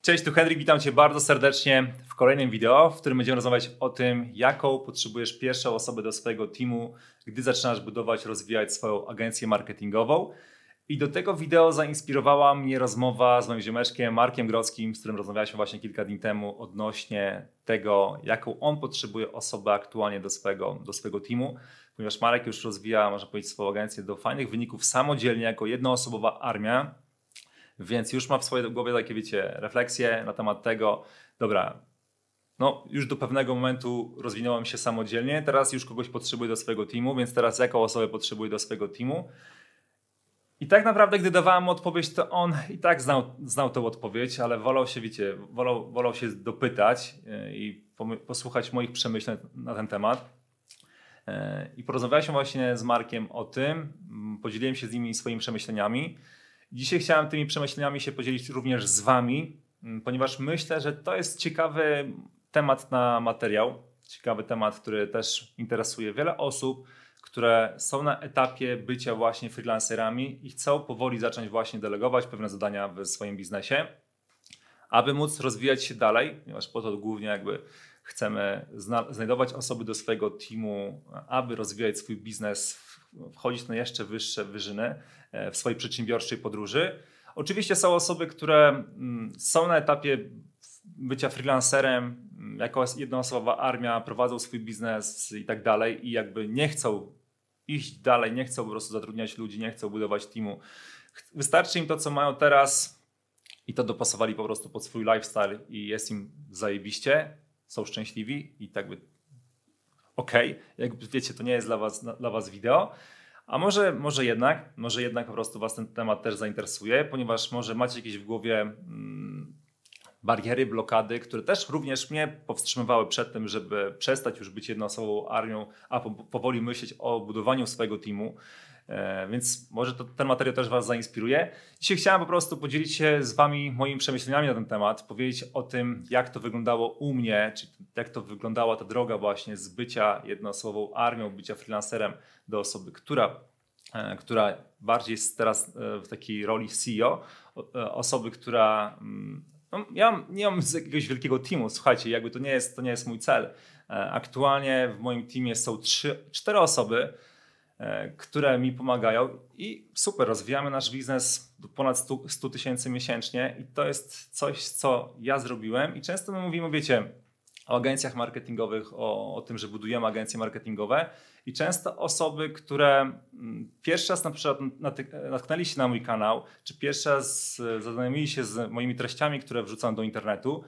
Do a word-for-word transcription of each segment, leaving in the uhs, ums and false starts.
Cześć, tu Henryk, witam Cię bardzo serdecznie w kolejnym wideo, w którym będziemy rozmawiać o tym, jaką potrzebujesz pierwszą osobę do swojego teamu, gdy zaczynasz budować, rozwijać swoją agencję marketingową. I do tego wideo zainspirowała mnie rozmowa z moim ziomeczkiem Markiem Grodzkim, z którym rozmawialiśmy właśnie kilka dni temu odnośnie tego, jaką on potrzebuje osobę aktualnie do swojego, do swojego teamu, ponieważ Marek już rozwija, można powiedzieć, swoją agencję do fajnych wyników samodzielnie, jako jednoosobowa armia. Więc już ma w swojej głowie takie, wiecie, refleksje na temat tego, dobra, no już do pewnego momentu rozwinąłem się samodzielnie, teraz już kogoś potrzebuję do swojego teamu, więc teraz jaką osobę potrzebuję do swojego teamu? I tak naprawdę, gdy dawałem mu odpowiedź, to on i tak znał, znał tą odpowiedź, ale wolał się, wiecie, wolał, wolał się dopytać i posłuchać moich przemyśleń na ten temat. I porozmawialiśmy właśnie z Markiem o tym, podzieliłem się z nimi swoimi przemyśleniami. Dzisiaj chciałem tymi przemyśleniami się podzielić również z Wami, ponieważ myślę, że to jest ciekawy temat na materiał, ciekawy temat, który też interesuje wiele osób, które są na etapie bycia właśnie freelancerami i chcą powoli zacząć właśnie delegować pewne zadania w swoim biznesie, aby móc rozwijać się dalej, ponieważ po to głównie jakby chcemy znajdować osoby do swojego teamu, aby rozwijać swój biznes, wchodzić na jeszcze wyższe wyżyny w swojej przedsiębiorczej podróży. Oczywiście są osoby, które są na etapie bycia freelancerem, jako jednoosobowa armia, prowadzą swój biznes i tak dalej i jakby nie chcą iść dalej, nie chcą po prostu zatrudniać ludzi, nie chcą budować teamu. Wystarczy im to, co mają teraz i to dopasowali po prostu pod swój lifestyle i jest im zajebiście, są szczęśliwi i tak by okej, okay. Jak wiecie, to nie jest dla was, dla was wideo, a może, może jednak, może jednak po prostu was ten temat też zainteresuje, ponieważ może macie jakieś w głowie mm, bariery, blokady, które też również mnie powstrzymywały przed tym, żeby przestać już być jednoosobową armią, a po, powoli myśleć o budowaniu swojego teamu. E, więc może to, ten materiał też was zainspiruje. Dzisiaj chciałem po prostu podzielić się z wami moimi przemyśleniami na ten temat, powiedzieć o tym, jak to wyglądało u mnie, czyli jak to wyglądała ta droga właśnie z bycia jednoosobową armią, bycia freelancerem do osoby, która, e, która bardziej jest teraz w takiej roli C E O, osoby, która... Mm, no, ja nie mam jakiegoś wielkiego teamu, słuchajcie, jakby to nie jest, to nie jest mój cel. Aktualnie w moim teamie są trzy, cztery osoby, które mi pomagają i super, rozwijamy nasz biznes do ponad sto tysięcy miesięcznie i to jest coś, co ja zrobiłem i często my mówimy, wiecie, o agencjach marketingowych, o, o tym, że budujemy agencje marketingowe i często osoby, które pierwszy raz na przykład natknęli się na mój kanał, czy pierwszy raz zaznajomili się z moimi treściami, które wrzucam do internetu,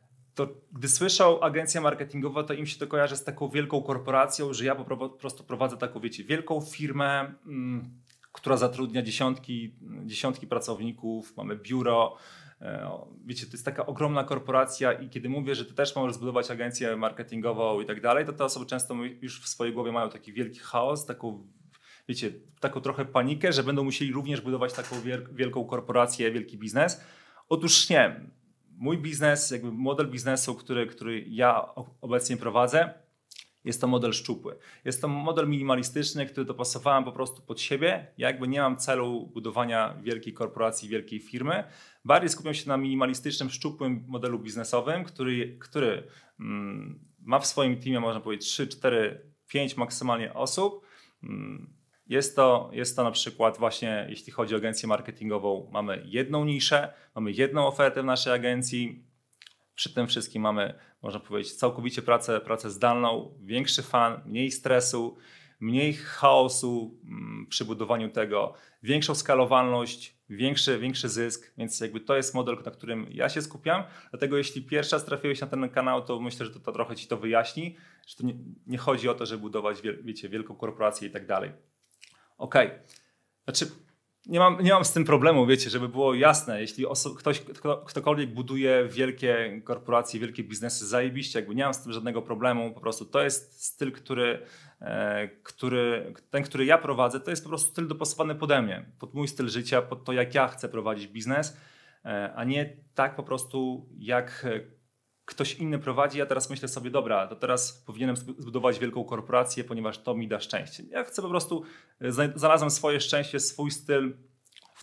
to gdy słyszą agencja marketingowa, to im się to kojarzy z taką wielką korporacją, że ja po prostu prowadzę taką, wiecie, wielką firmę, mm, która zatrudnia dziesiątki, dziesiątki pracowników, mamy biuro. Wiecie, to jest taka ogromna korporacja i kiedy mówię, że ty też możesz zbudować agencję marketingową i tak dalej, to te osoby często już w swojej głowie mają taki wielki chaos, taką, wiecie, taką trochę panikę, że będą musieli również budować taką wielką korporację, wielki biznes. Otóż nie. Mój biznes, jakby model biznesu, który, który ja obecnie prowadzę, jest to model szczupły. Jest to model minimalistyczny, który dopasowałem po prostu pod siebie. Ja jakby nie mam celu budowania wielkiej korporacji, wielkiej firmy. Bardziej skupiam się na minimalistycznym, szczupłym modelu biznesowym, który, który mm, ma w swoim teamie, można powiedzieć, trzy, cztery, pięć maksymalnie osób. Mm, Jest to, jest to na przykład właśnie, jeśli chodzi o agencję marketingową, mamy jedną niszę, mamy jedną ofertę w naszej agencji. Przy tym wszystkim mamy, można powiedzieć, całkowicie pracę, pracę zdalną, większy fan, mniej stresu, mniej chaosu przy budowaniu tego, większą skalowalność, większy, większy zysk, więc jakby to jest model, na którym ja się skupiam. Dlatego jeśli pierwszy raz trafiłeś na ten kanał, to myślę, że to, to trochę ci to wyjaśni, że to nie, nie chodzi o to, żeby budować, wiecie, wielką korporację i tak dalej. Okej, okay. Znaczy nie mam, nie mam z tym problemu, wiecie, żeby było jasne, jeśli oso- ktoś, kto, ktokolwiek buduje wielkie korporacje, wielkie biznesy, zajebiście, jakby nie mam z tym żadnego problemu, po prostu to jest styl, który, e, który, ten, który ja prowadzę, to jest po prostu styl dopasowany pode mnie, pod mój styl życia, pod to, jak ja chcę prowadzić biznes, e, a nie tak po prostu, jak ktoś inny prowadzi. Ja teraz myślę sobie, dobra, to teraz powinienem zbudować wielką korporację, ponieważ to mi da szczęście. Ja chcę po prostu, znalazłem swoje szczęście, swój styl w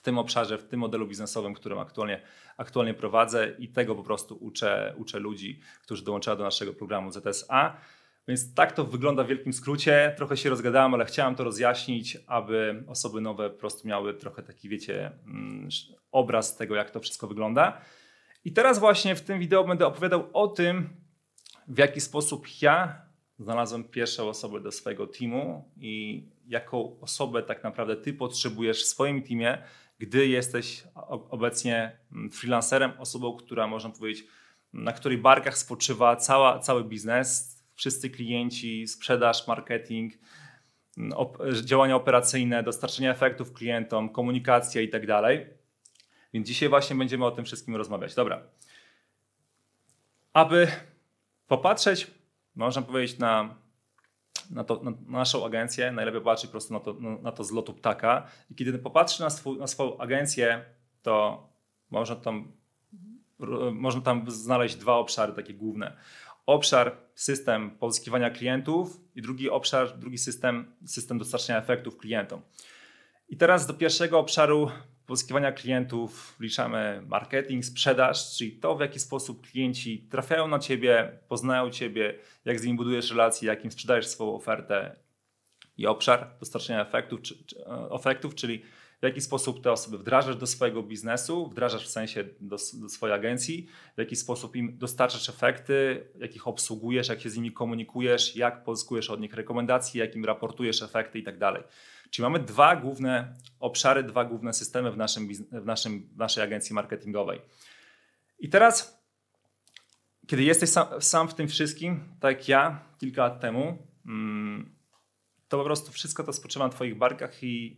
tym obszarze, w tym modelu biznesowym, którym aktualnie, aktualnie prowadzę i tego po prostu uczę, uczę ludzi, którzy dołączają do naszego programu Z S A. Więc tak to wygląda w wielkim skrócie. Trochę się rozgadałem, ale chciałem to rozjaśnić, aby osoby nowe po prostu miały trochę taki, wiecie, obraz tego, jak to wszystko wygląda. I teraz właśnie w tym wideo będę opowiadał o tym, w jaki sposób ja znalazłem pierwszą osobę do swojego teamu i jaką osobę tak naprawdę ty potrzebujesz w swoim teamie, gdy jesteś obecnie freelancerem, osobą, która, można powiedzieć, na której barkach spoczywa cała, cały biznes, wszyscy klienci, sprzedaż, marketing, op- działania operacyjne, dostarczenie efektów klientom, komunikacja i tak dalej. Więc dzisiaj właśnie będziemy o tym wszystkim rozmawiać. Dobra. Aby popatrzeć, można powiedzieć, na, na, to, na naszą agencję, najlepiej patrzeć po prostu na to, na to z lotu ptaka. I kiedy popatrzysz na, swój, na swoją agencję, to można tam, można tam znaleźć dwa obszary takie główne. Obszar system pozyskiwania klientów i drugi obszar, drugi system, system dostarczania efektów klientom. I teraz do pierwszego obszaru pozyskiwania klientów wliczamy marketing, sprzedaż, czyli to, w jaki sposób klienci trafiają na ciebie, poznają ciebie, jak z nimi budujesz relacje, jak im sprzedajesz swoją ofertę. I obszar dostarczania efektów, czy, czy, efektów, czyli w jaki sposób te osoby wdrażasz do swojego biznesu, wdrażasz w sensie do, do swojej agencji, w jaki sposób im dostarczasz efekty, jak ich obsługujesz, jak się z nimi komunikujesz, jak pozyskujesz od nich rekomendacje, jak im raportujesz efekty i tak dalej. Czyli mamy dwa główne obszary, dwa główne systemy w, naszym, w, naszym, w naszej agencji marketingowej. I teraz, kiedy jesteś sam, sam w tym wszystkim, tak jak ja kilka lat temu, to po prostu wszystko to spoczywa na twoich barkach i,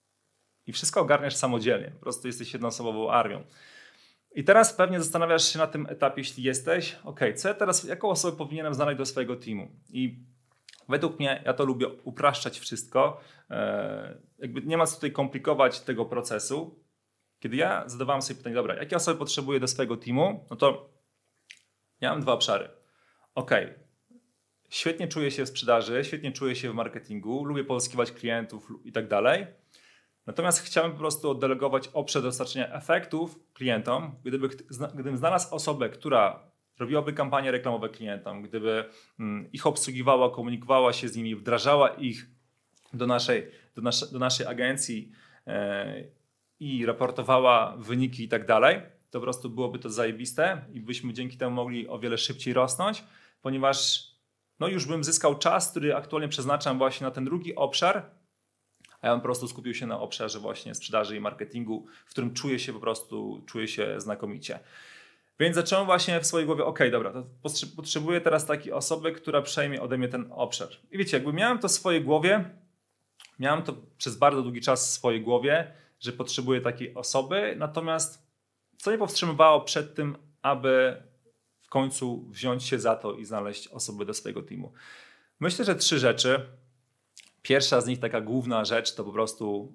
i wszystko ogarniasz samodzielnie. Po prostu jesteś jednoosobową armią. I teraz pewnie zastanawiasz się na tym etapie, jeśli jesteś, ok, co ja teraz, jaką osobę powinienem znaleźć do swojego teamu? I według mnie, ja to lubię upraszczać wszystko, e, jakby nie ma co tutaj komplikować tego procesu. Kiedy ja zadawałem sobie pytanie, dobra, jakie osoby potrzebuję do swojego teamu, no to ja mam dwa obszary. Ok, świetnie czuję się w sprzedaży, świetnie czuję się w marketingu, lubię pozyskiwać klientów i tak dalej. Natomiast chciałem po prostu oddelegować obszar dostarczenia efektów klientom, gdyby, gdybym znalazł osobę, która robiłaby kampanie reklamowe klientom, gdyby ich obsługiwała, komunikowała się z nimi, wdrażała ich do naszej, do nasze, do naszej agencji yy, i raportowała wyniki i tak dalej, to po prostu byłoby to zajebiste i byśmy dzięki temu mogli o wiele szybciej rosnąć, ponieważ no już bym zyskał czas, który aktualnie przeznaczam właśnie na ten drugi obszar, a ja bym po prostu skupił się na obszarze właśnie sprzedaży i marketingu, w którym czuję się po prostu, czuję się znakomicie. Więc zacząłem właśnie w swojej głowie, ok, dobra, to potrzebuję teraz takiej osoby, która przejmie ode mnie ten obszar. I wiecie, jakby miałem to w swojej głowie, miałem to przez bardzo długi czas w swojej głowie, że potrzebuję takiej osoby, natomiast co mnie powstrzymywało przed tym, aby w końcu wziąć się za to i znaleźć osobę do swojego teamu? Myślę, że trzy rzeczy. Pierwsza z nich, taka główna rzecz, to po prostu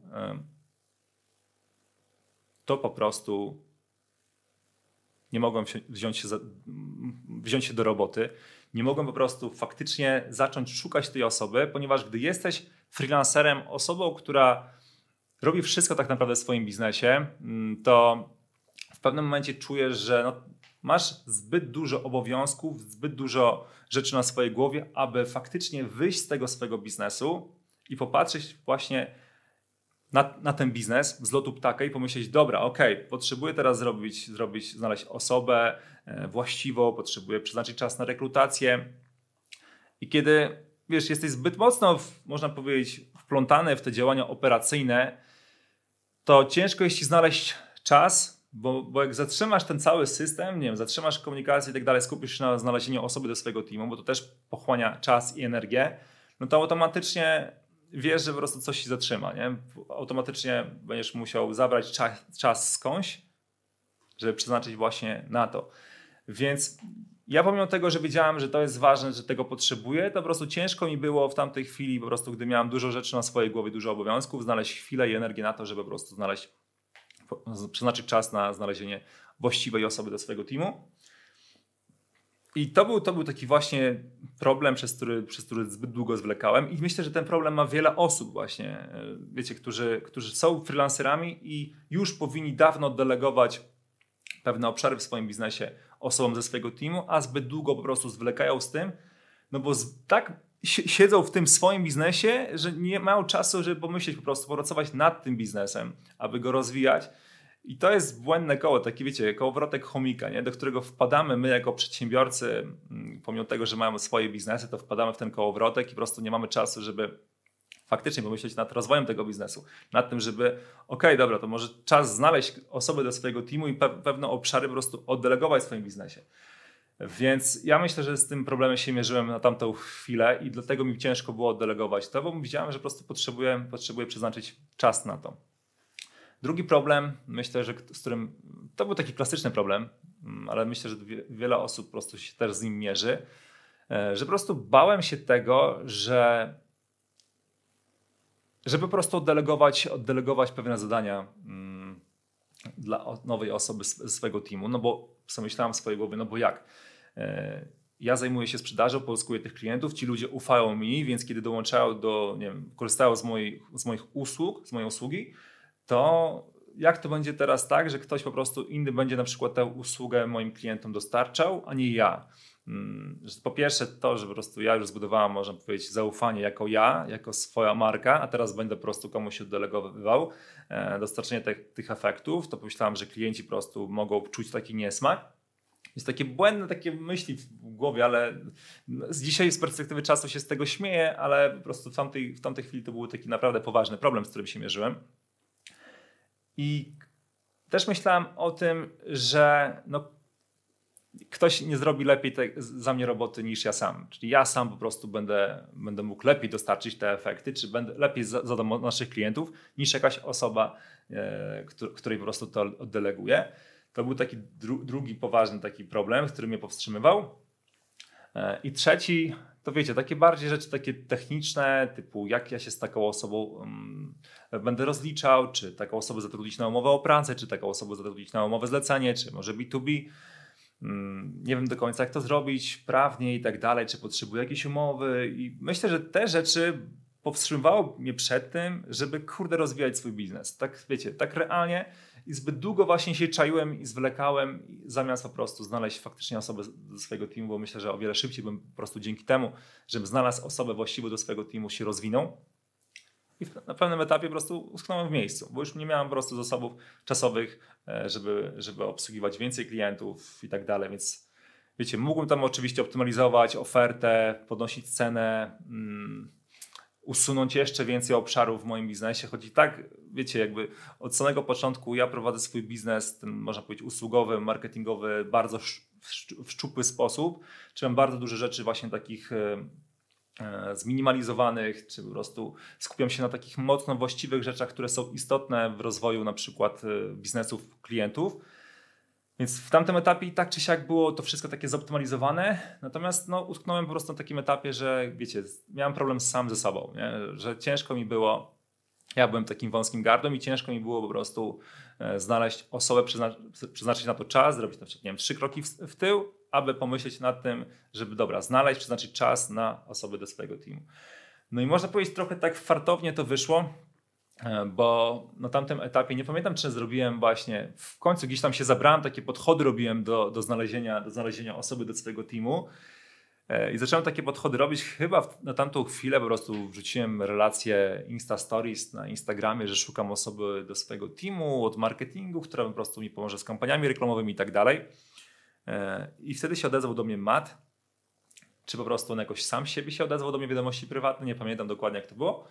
to po prostu nie mogłem wziąć się, za, wziąć się do roboty. Nie mogłem po prostu faktycznie zacząć szukać tej osoby, ponieważ gdy jesteś freelancerem, osobą, która robi wszystko tak naprawdę w swoim biznesie, to w pewnym momencie czujesz, że no, masz zbyt dużo obowiązków, zbyt dużo rzeczy na swojej głowie, aby faktycznie wyjść z tego swojego biznesu i popatrzeć właśnie na, na ten biznes z lotu ptaka i pomyśleć, dobra, okej, okay, potrzebuję teraz zrobić, zrobić, znaleźć osobę e, właściwą, potrzebuję przeznaczyć czas na rekrutację. I kiedy, wiesz, jesteś zbyt mocno, w, można powiedzieć, wplątany w te działania operacyjne, to ciężko jest ci znaleźć czas, bo, bo jak zatrzymasz ten cały system, nie wiem, zatrzymasz komunikację i tak dalej, skupisz się na znalezieniu osoby do swojego teamu, bo to też pochłania czas i energię, no to automatycznie wiesz, że po prostu coś się zatrzyma, nie? Automatycznie będziesz musiał zabrać czas, czas skądś, żeby przeznaczyć właśnie na to. Więc ja pomimo tego, że wiedziałem, że to jest ważne, że tego potrzebuję, to po prostu ciężko mi było w tamtej chwili, po prostu gdy miałem dużo rzeczy na swojej głowie, dużo obowiązków, znaleźć chwilę i energię na to, żeby po prostu znaleźć, przeznaczyć czas na znalezienie właściwej osoby do swojego teamu. I to był, to był taki właśnie problem, przez który, przez który zbyt długo zwlekałem i myślę, że ten problem ma wiele osób właśnie, wiecie, którzy, którzy są freelancerami i już powinni dawno delegować pewne obszary w swoim biznesie osobom ze swojego teamu, a zbyt długo po prostu zwlekają z tym, no bo z, tak siedzą w tym swoim biznesie, że nie mają czasu, żeby pomyśleć po prostu, pracować nad tym biznesem, aby go rozwijać. I to jest błędne koło, taki wiecie, kołowrotek chomika, nie? Do którego wpadamy my jako przedsiębiorcy, pomimo tego, że mamy swoje biznesy, to wpadamy w ten kołowrotek i po prostu nie mamy czasu, żeby faktycznie pomyśleć nad rozwojem tego biznesu, nad tym, żeby okej, okay, dobra, to może czas znaleźć osoby do swojego teamu i pe- pewne obszary po prostu oddelegować w swoim biznesie. Więc ja myślę, że z tym problemem się mierzyłem na tamtą chwilę i dlatego mi ciężko było oddelegować to, bo widziałem, że po prostu potrzebuję, potrzebuję przeznaczyć czas na to. Drugi problem, myślę, że z którym to był taki klasyczny problem, ale myślę, że wiele osób po prostu się też z nim mierzy, że po prostu bałem się tego, że żeby po prostu oddelegować, oddelegować pewne zadania mm, dla nowej osoby z, ze swojego teamu, no bo sobie myślałem w swojej głowie, no bo jak? E, ja zajmuję się sprzedażą, pozyskuję tych klientów, ci ludzie ufają mi, więc kiedy dołączają do, nie wiem, korzystają z moich, z moich usług, z mojej usługi, to jak to będzie teraz tak, że ktoś po prostu inny będzie na przykład tę usługę moim klientom dostarczał, a nie ja. Po pierwsze to, że po prostu ja już zbudowałam, można powiedzieć, zaufanie jako ja, jako swoja marka, a teraz będę po prostu komuś oddelegowywał dostarczenie tych, tych efektów, to pomyślałem, że klienci po prostu mogą czuć taki niesmak. Jest takie błędne takie myśli w głowie, ale z dzisiaj z perspektywy czasu się z tego śmieję, ale po prostu w tamtej, w tamtej chwili to był taki naprawdę poważny problem, z którym się mierzyłem. I też myślałem o tym, że no, ktoś nie zrobi lepiej te, za mnie roboty niż ja sam. Czyli ja sam po prostu będę, będę mógł lepiej dostarczyć te efekty, czy będę lepiej zadam naszych klientów niż jakaś osoba, e, której po prostu to oddeleguję. To był taki dru, drugi poważny taki problem, który mnie powstrzymywał. E, I trzeci, to wiecie, takie bardziej rzeczy takie techniczne, typu jak ja się z taką osobą um, będę rozliczał, czy taką osobę zatrudnić na umowę o pracę, czy taką osobę zatrudnić na umowę zlecenie, czy może B dwa B. Um, nie wiem do końca jak to zrobić prawnie i tak dalej, czy potrzebuję jakiejś umowy i myślę, że te rzeczy powstrzymywało mnie przed tym, żeby kurde rozwijać swój biznes. Tak wiecie, tak realnie i zbyt długo właśnie się czaiłem i zwlekałem zamiast po prostu znaleźć faktycznie osobę do swojego teamu, bo myślę, że o wiele szybciej bym po prostu dzięki temu, żebym znalazł osobę właściwą do swojego teamu, się rozwinął. I na pewnym etapie po prostu utknąłem w miejscu, bo już nie miałem po prostu zasobów czasowych, żeby, żeby obsługiwać więcej klientów i tak dalej, więc wiecie, mógłbym tam oczywiście optymalizować ofertę, podnosić cenę, mm, usunąć jeszcze więcej obszarów w moim biznesie, choć i tak, wiecie, jakby od samego początku ja prowadzę swój biznes, ten można powiedzieć usługowy, marketingowy, bardzo w szczupły sposób, czy mam bardzo dużo rzeczy właśnie takich zminimalizowanych, czy po prostu skupiam się na takich mocno właściwych rzeczach, które są istotne w rozwoju na przykład biznesów klientów. Więc w tamtym etapie i tak czy siak było to wszystko takie zoptymalizowane, natomiast no, utknąłem po prostu na takim etapie, że wiecie, miałem problem sam ze sobą, nie? Że ciężko mi było, ja byłem takim wąskim gardłem i ciężko mi było po prostu znaleźć osobę, przyzna- przeznaczyć na to czas, zrobić na przykład nie wiem, trzy kroki w, w tył, aby pomyśleć nad tym, żeby dobra, znaleźć, przeznaczyć czas na osoby do swojego teamu. No i można powiedzieć trochę tak fartownie to wyszło, bo na tamtym etapie nie pamiętam, czy zrobiłem właśnie, w końcu gdzieś tam się zabrałem, takie podchody robiłem do, do, znalezienia, do znalezienia osoby do swojego teamu i zacząłem takie podchody robić chyba w, na tamtą chwilę po prostu wrzuciłem relację Insta Stories na Instagramie, że szukam osoby do swojego teamu od marketingu, która po prostu mi pomoże z kampaniami reklamowymi i tak dalej. I wtedy się odezwał do mnie Matt, czy po prostu on jakoś sam siebie się odezwał do mnie wiadomości prywatne, nie pamiętam dokładnie jak to było.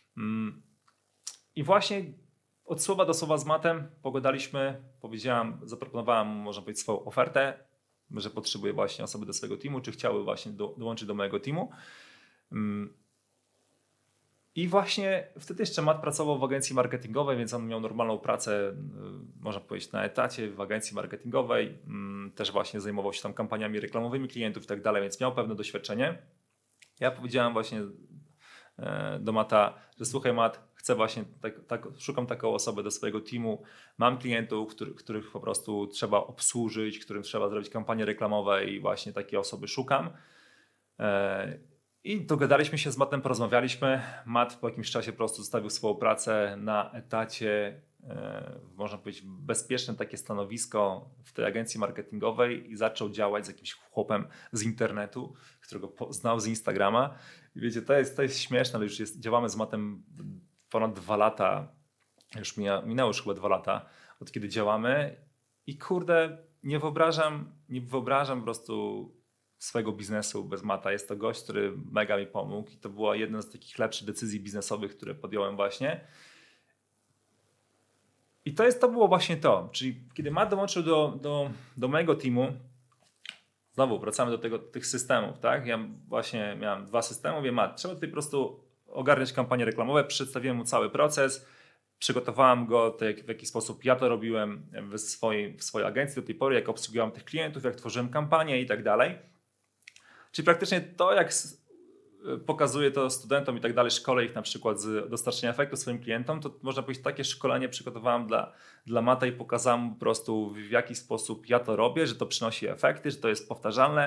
I właśnie od słowa do słowa z Mattem pogadaliśmy, powiedziałam, zaproponowałam mu, można powiedzieć, swoją ofertę, że potrzebuję właśnie osoby do swojego teamu, czy chciały właśnie do, dołączyć do mojego teamu. I właśnie wtedy jeszcze Matt pracował w agencji marketingowej, więc on miał normalną pracę, można powiedzieć, na etacie w agencji marketingowej. Też właśnie zajmował się tam kampaniami reklamowymi klientów i tak dalej, więc miał pewne doświadczenie. Ja powiedziałem właśnie do Matta, że słuchaj Matt, chcę właśnie, tak, tak, szukam taką osobę do swojego teamu, mam klientów, który, których po prostu trzeba obsłużyć, którym trzeba zrobić kampanie reklamowe i właśnie takie osoby szukam. I dogadaliśmy się z Mattem, porozmawialiśmy. Matt po jakimś czasie po prostu zostawił swoją pracę na etacie, można powiedzieć bezpieczne takie stanowisko w tej agencji marketingowej i zaczął działać z jakimś chłopem z internetu, którego znał z Instagrama. I wiecie, to jest, to jest śmieszne, ale już jest, działamy z Mattem ponad dwa lata, już mija, minęło już chyba dwa lata, od kiedy działamy i kurde, nie wyobrażam, nie wyobrażam po prostu swojego biznesu bez Matta. Jest to gość, który mega mi pomógł i to była jedna z takich lepszych decyzji biznesowych, które podjąłem właśnie. I to, jest, to było właśnie to, czyli kiedy Matt dołączył do, do, do mojego teamu, znowu wracamy do tego, tych systemów, tak? Ja właśnie miałem dwa systemy, mówię, Matt, trzeba tutaj po prostu ogarniać kampanie reklamowe, przedstawiłem mu cały proces, przygotowałem go, tak, w jaki sposób ja to robiłem w swojej, w swojej agencji do tej pory, jak obsługiwałem tych klientów, jak tworzyłem kampanię i tak dalej. Czyli praktycznie to, jak pokazuję to studentom i tak dalej, szkolę ich na przykład z dostarczenia efektu swoim klientom, to można powiedzieć, takie szkolenie przygotowałem dla, dla Matta i pokazałem po prostu, w jaki sposób ja to robię, że to przynosi efekty, że to jest powtarzalne,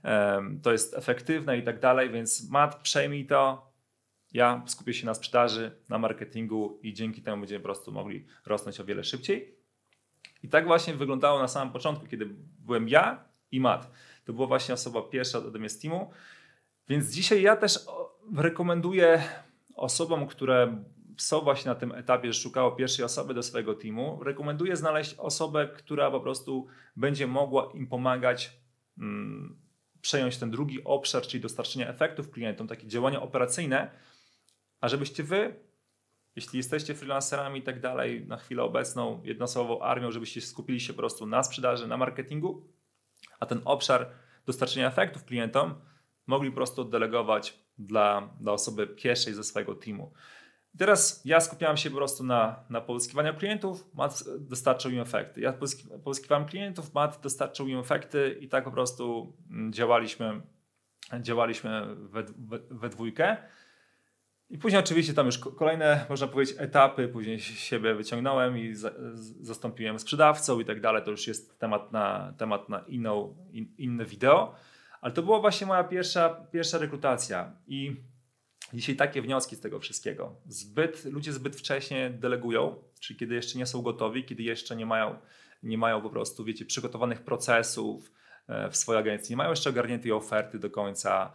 to jest efektywne i tak dalej, więc Matt, przejmij to, ja skupię się na sprzedaży, na marketingu i dzięki temu będziemy po prostu mogli rosnąć o wiele szybciej. I tak właśnie wyglądało na samym początku, kiedy byłem ja i Matt. To była właśnie osoba pierwsza ode mnie z teamu. Więc dzisiaj ja też rekomenduję osobom, które są właśnie na tym etapie, że szukało pierwszej osoby do swojego teamu, rekomenduję znaleźć osobę, która po prostu będzie mogła im pomagać hmm, przejąć ten drugi obszar, czyli dostarczenia efektów klientom, takie działania operacyjne, a żebyście wy, jeśli jesteście freelancerami i tak dalej, na chwilę obecną jednoosobową armią, żebyście skupili się po prostu na sprzedaży, na marketingu, a ten obszar dostarczenia efektów klientom mogli po prostu oddelegować dla, dla osoby pierwszej ze swojego teamu. I teraz ja skupiałem się po prostu na, na pozyskiwaniu klientów, Matt dostarczył im efekty. Ja pozyskiwałem klientów, Matt dostarczył im efekty i tak po prostu działaliśmy, działaliśmy we, we, we dwójkę. I później oczywiście tam już kolejne, można powiedzieć, etapy, później siebie wyciągnąłem i za, zastąpiłem sprzedawcą i tak dalej. To już jest temat na, temat na inną, in, inne wideo. Ale to była właśnie moja pierwsza, pierwsza rekrutacja i dzisiaj takie wnioski z tego wszystkiego. Zbyt, ludzie zbyt wcześnie delegują, czyli kiedy jeszcze nie są gotowi, kiedy jeszcze nie mają, nie mają po prostu, wiecie, przygotowanych procesów w swojej agencji, nie mają jeszcze ogarniętej oferty do końca,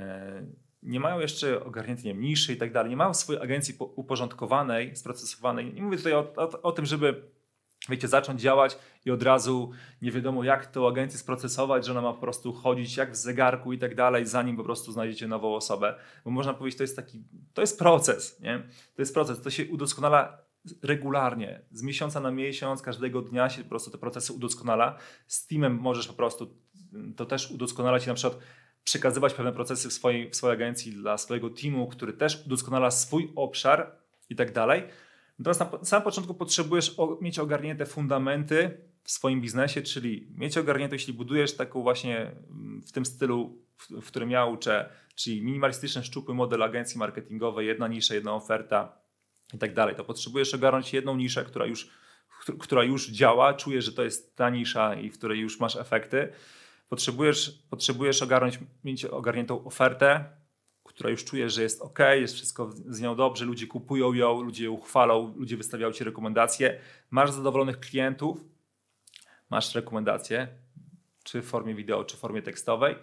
nie mają jeszcze ogarniętej niszy i tak dalej, nie mają swojej agencji uporządkowanej, sprocesowanej. Nie mówię tutaj o, o, o tym, żeby wiecie, zacząć działać i od razu nie wiadomo jak tą agencję sprocesować, że ona ma po prostu chodzić jak w zegarku i tak dalej, zanim po prostu znajdziecie nową osobę. Bo można powiedzieć, to jest taki, to jest proces, nie? To jest proces, to się udoskonala regularnie, z miesiąca na miesiąc, każdego dnia się po prostu te procesy udoskonala. Z teamem możesz po prostu to też udoskonalać i na przykład przekazywać pewne procesy w swojej, w swojej agencji dla swojego teamu, który też udoskonala swój obszar i tak dalej. Natomiast na samym początku potrzebujesz mieć ogarnięte fundamenty w swoim biznesie, czyli mieć ogarnięte, jeśli budujesz taką właśnie w tym stylu, w, w którym ja uczę, czyli minimalistyczny, szczupły model agencji marketingowej, jedna nisza, jedna oferta i tak dalej, to potrzebujesz ogarnąć jedną niszę, która już, która już działa, czujesz, że to jest ta nisza i w której już masz efekty. Potrzebujesz, potrzebujesz ogarnąć, mieć ogarniętą ofertę, która już czujesz, że jest ok, jest wszystko z nią dobrze, ludzie kupują ją, ludzie ją chwalą, ludzie wystawiają ci rekomendacje, masz zadowolonych klientów, masz rekomendacje, czy w formie wideo, czy w formie tekstowej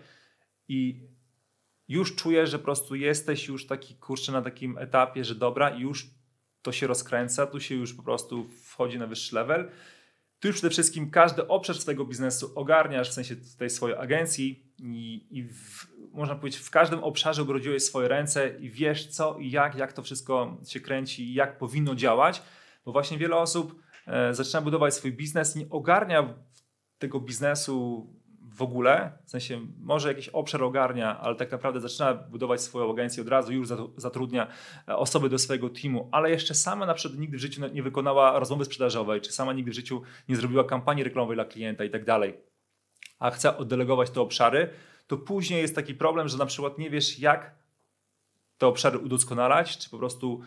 i już czujesz, że po prostu jesteś już taki, kurczę, na takim etapie, że dobra, już to się rozkręca, tu się już po prostu wchodzi na wyższy level. Tu już przede wszystkim każdy obszar swojego biznesu ogarniasz, w sensie tej swojej agencji i, i w, można powiedzieć, w każdym obszarze ubrudziłeś swoje ręce i wiesz co i jak, jak to wszystko się kręci i jak powinno działać, bo właśnie wiele osób e, zaczyna budować swój biznes i nie ogarnia tego biznesu w ogóle, w sensie może jakiś obszar ogarnia, ale tak naprawdę zaczyna budować swoją agencję od razu, już zatrudnia osoby do swojego teamu, ale jeszcze sama na przykład nigdy w życiu nie wykonała rozmowy sprzedażowej, czy sama nigdy w życiu nie zrobiła kampanii reklamowej dla klienta i tak dalej, a chce oddelegować te obszary, to później jest taki problem, że na przykład nie wiesz jak te obszary udoskonalać, czy po prostu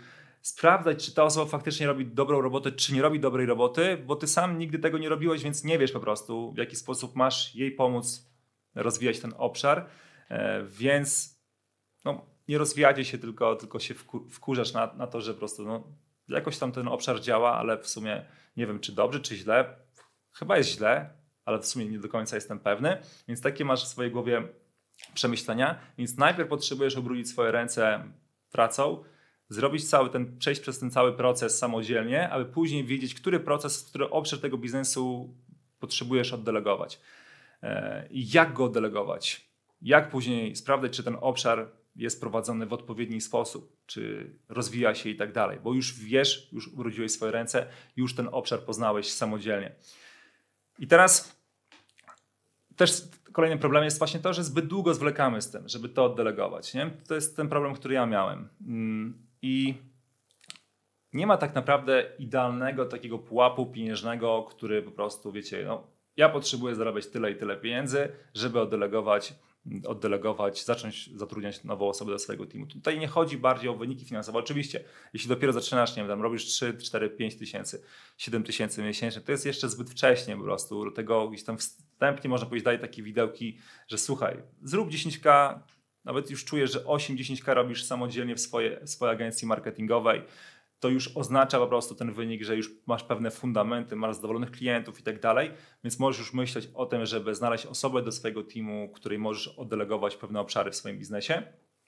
sprawdzać, czy ta osoba faktycznie robi dobrą robotę, czy nie robi dobrej roboty, bo ty sam nigdy tego nie robiłeś, więc nie wiesz po prostu, w jaki sposób masz jej pomóc rozwijać ten obszar, więc no, nie rozwijacie się, tylko, tylko się wkurzasz na, na to, że po prostu no, jakoś tam ten obszar działa, ale w sumie nie wiem, czy dobrze, czy źle. Chyba jest źle, ale w sumie nie do końca jestem pewny, więc takie masz w swojej głowie przemyślenia, więc najpierw potrzebujesz ubrudzić swoje ręce pracą, zrobić cały ten, przejść przez ten cały proces samodzielnie, aby później wiedzieć, który proces, który obszar tego biznesu potrzebujesz oddelegować i jak go oddelegować, jak później sprawdzać, czy ten obszar jest prowadzony w odpowiedni sposób, czy rozwija się i tak dalej, bo już wiesz, już ubrudziłeś swoje ręce, już ten obszar poznałeś samodzielnie. I teraz też kolejnym problemem jest właśnie to, że zbyt długo zwlekamy z tym, żeby to oddelegować. Nie? To jest ten problem, który ja miałem. I nie ma tak naprawdę idealnego takiego pułapu pieniężnego, który po prostu, wiecie, no, ja potrzebuję zarabiać tyle i tyle pieniędzy, żeby oddelegować, oddelegować, zacząć zatrudniać nową osobę do swojego teamu. Tutaj nie chodzi bardziej o wyniki finansowe. Oczywiście, jeśli dopiero zaczynasz, nie wiem, tam robisz trzy, cztery, pięć tysięcy, siedem tysięcy miesięcznie, to jest jeszcze zbyt wcześnie po prostu. Do tego gdzieś tam wstępnie można powiedzieć, daje takie widełki, że słuchaj, zrób dziesięć tysięcy, nawet już czujesz, że osiem dziesięć tysięcy robisz samodzielnie w swojej, swojej agencji marketingowej, to już oznacza po prostu ten wynik, że już masz pewne fundamenty, masz zadowolonych klientów i tak dalej, więc możesz już myśleć o tym, żeby znaleźć osobę do swojego teamu, której możesz oddelegować pewne obszary w swoim biznesie.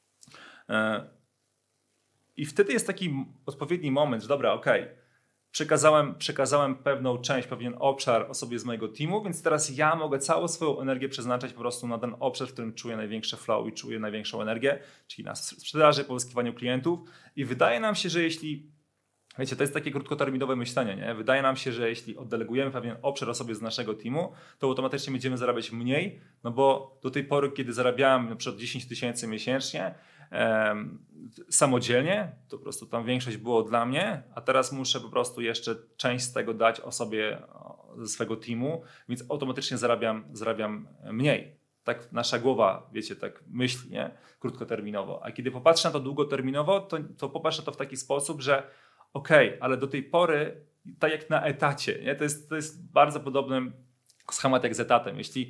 I wtedy jest taki odpowiedni moment, że dobra, okej, okay, przekazałem, przekazałem pewną część, pewien obszar osobie z mojego teamu, więc teraz ja mogę całą swoją energię przeznaczać po prostu na ten obszar, w którym czuję największe flow i czuję największą energię, czyli na sprzedaży, pozyskiwaniu klientów. I wydaje nam się, że jeśli Wiecie, to jest takie krótkoterminowe myślenie, nie? Wydaje nam się, że jeśli oddelegujemy pewien obszar osobie z naszego teamu, to automatycznie będziemy zarabiać mniej, no bo do tej pory, kiedy zarabiałem na przykład dziesięć tysięcy miesięcznie em, samodzielnie, to po prostu tam większość było dla mnie, a teraz muszę po prostu jeszcze część z tego dać osobie ze swojego teamu, więc automatycznie zarabiam, zarabiam mniej. Tak nasza głowa, wiecie, tak myśli, nie? Krótkoterminowo. A kiedy popatrzę na to długoterminowo, to, to popatrzę na to w taki sposób, że okej, okay, ale do tej pory, tak jak na etacie, nie? To, jest, to jest bardzo podobny schemat jak z etatem. Jeśli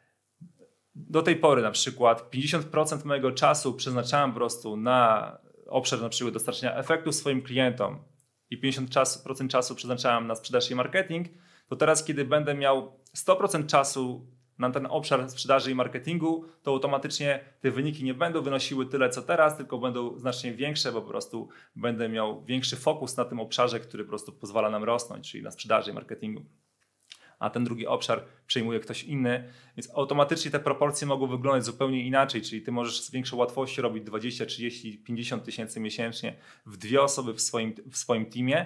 do tej pory na przykład pięćdziesiąt procent mojego czasu przeznaczałem po prostu na obszar na przykład dostarczenia efektów swoim klientom i pięćdziesiąt procent czasu przeznaczałem na sprzedaż i marketing, to teraz, kiedy będę miał sto procent czasu na ten obszar sprzedaży i marketingu, to automatycznie te wyniki nie będą wynosiły tyle co teraz, tylko będą znacznie większe, bo po prostu będę miał większy fokus na tym obszarze, który po prostu pozwala nam rosnąć, czyli na sprzedaży i marketingu. A ten drugi obszar przejmuje ktoś inny, więc automatycznie te proporcje mogą wyglądać zupełnie inaczej, czyli ty możesz z większą łatwością robić dwadzieścia, trzydzieści, pięćdziesiąt tysięcy miesięcznie w dwie osoby w swoim, w swoim teamie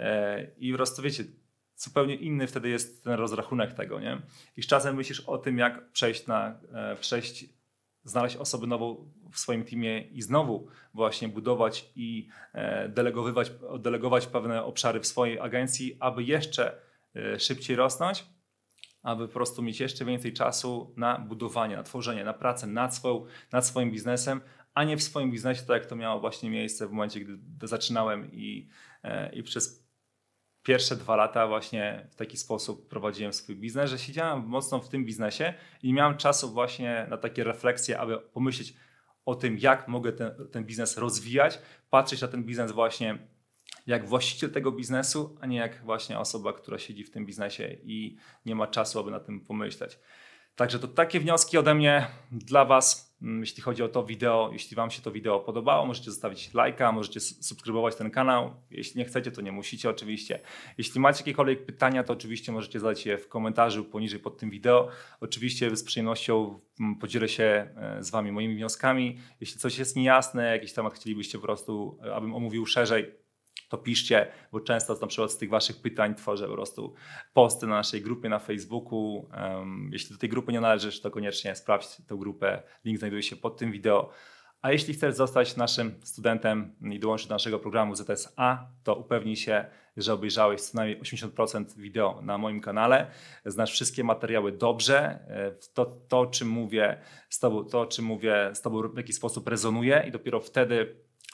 i po prostu wiecie, zupełnie inny wtedy jest ten rozrachunek tego, nie? I z czasem myślisz o tym, jak przejść na, przejść, znaleźć osobę nową w swoim teamie i znowu właśnie budować i delegowywać, oddelegować pewne obszary w swojej agencji, aby jeszcze szybciej rosnąć, aby po prostu mieć jeszcze więcej czasu na budowanie, na tworzenie, na pracę nad, swoją, nad swoim biznesem, a nie w swoim biznesie, tak jak to miało właśnie miejsce w momencie, gdy zaczynałem i, i przez pierwsze dwa lata właśnie w taki sposób prowadziłem swój biznes, że siedziałem mocno w tym biznesie i nie miałem czasu właśnie na takie refleksje, aby pomyśleć o tym, jak mogę ten, ten biznes rozwijać, patrzeć na ten biznes właśnie jak właściciel tego biznesu, a nie jak właśnie osoba, która siedzi w tym biznesie i nie ma czasu, aby na tym pomyśleć. Także to takie wnioski ode mnie dla Was, jeśli chodzi o to wideo. Jeśli Wam się to wideo podobało, możecie zostawić lajka, możecie subskrybować ten kanał. Jeśli nie chcecie, to nie musicie oczywiście. Jeśli macie jakiekolwiek pytania, to oczywiście możecie zadać je w komentarzu poniżej pod tym wideo. Oczywiście z przyjemnością podzielę się z Wami moimi wnioskami. Jeśli coś jest niejasne, jakiś temat chcielibyście po prostu, abym omówił szerzej, to piszcie, bo często na przykład z tych Waszych pytań tworzę po prostu posty na naszej grupie na Facebooku. Um, jeśli do tej grupy nie należysz, to koniecznie sprawdź tę grupę. Link znajduje się pod tym wideo. A jeśli chcesz zostać naszym studentem i dołączyć do naszego programu Z S A, to upewnij się, że obejrzałeś co najmniej osiemdziesiąt procent wideo na moim kanale. Znasz wszystkie materiały dobrze. To, to o czym mówię z tobą, to, o czym mówię z Tobą w jakiś sposób rezonuje i dopiero wtedy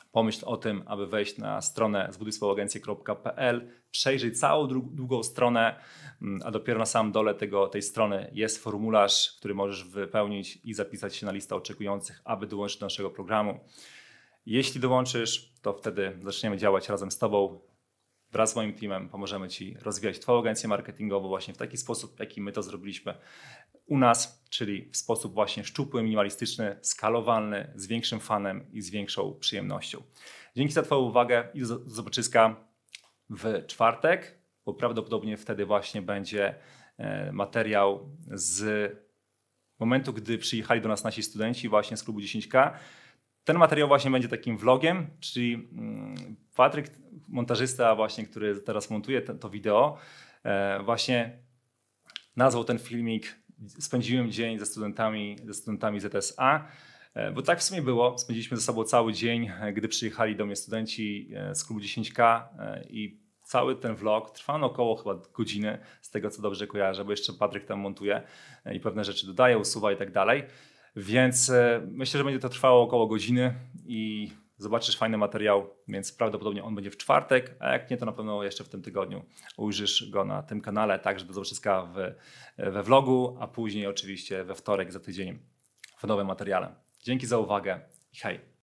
Pomyśl o tym, aby wejść na stronę zbuduj swoją agencję kropka p l, przejrzeć całą długą stronę, a dopiero na samym dole tego, tej strony jest formularz, który możesz wypełnić i zapisać się na listę oczekujących, aby dołączyć do naszego programu. Jeśli dołączysz, to wtedy zaczniemy działać razem z Tobą. Wraz z moim teamem pomożemy Ci rozwijać Twoją agencję marketingową właśnie w taki sposób, w jaki my to zrobiliśmy u nas, czyli w sposób właśnie szczupły, minimalistyczny, skalowalny, z większym fanem i z większą przyjemnością. Dzięki za Twoją uwagę i do zobaczyska w czwartek, bo prawdopodobnie wtedy właśnie będzie materiał z momentu, gdy przyjechali do nas nasi studenci właśnie z klubu dziesięć K. Ten materiał właśnie będzie takim vlogiem, czyli Patryk, montażysta właśnie, który teraz montuje to, to wideo, właśnie nazwał ten filmik Spędziłem dzień ze studentami, ze studentami Z S A, bo tak w sumie było. Spędziliśmy ze sobą cały dzień, gdy przyjechali do mnie studenci z klubu dziesięć K i cały ten vlog trwał około chyba godziny, z tego co dobrze kojarzę, bo jeszcze Patryk tam montuje i pewne rzeczy dodaje, usuwa i tak dalej. Więc myślę, że będzie to trwało około godziny i zobaczysz fajny materiał, więc prawdopodobnie on będzie w czwartek, a jak nie, to na pewno jeszcze w tym tygodniu ujrzysz go na tym kanale, także do zobaczyska w, we vlogu, a później oczywiście we wtorek za tydzień w nowym materiale. Dzięki za uwagę i hej!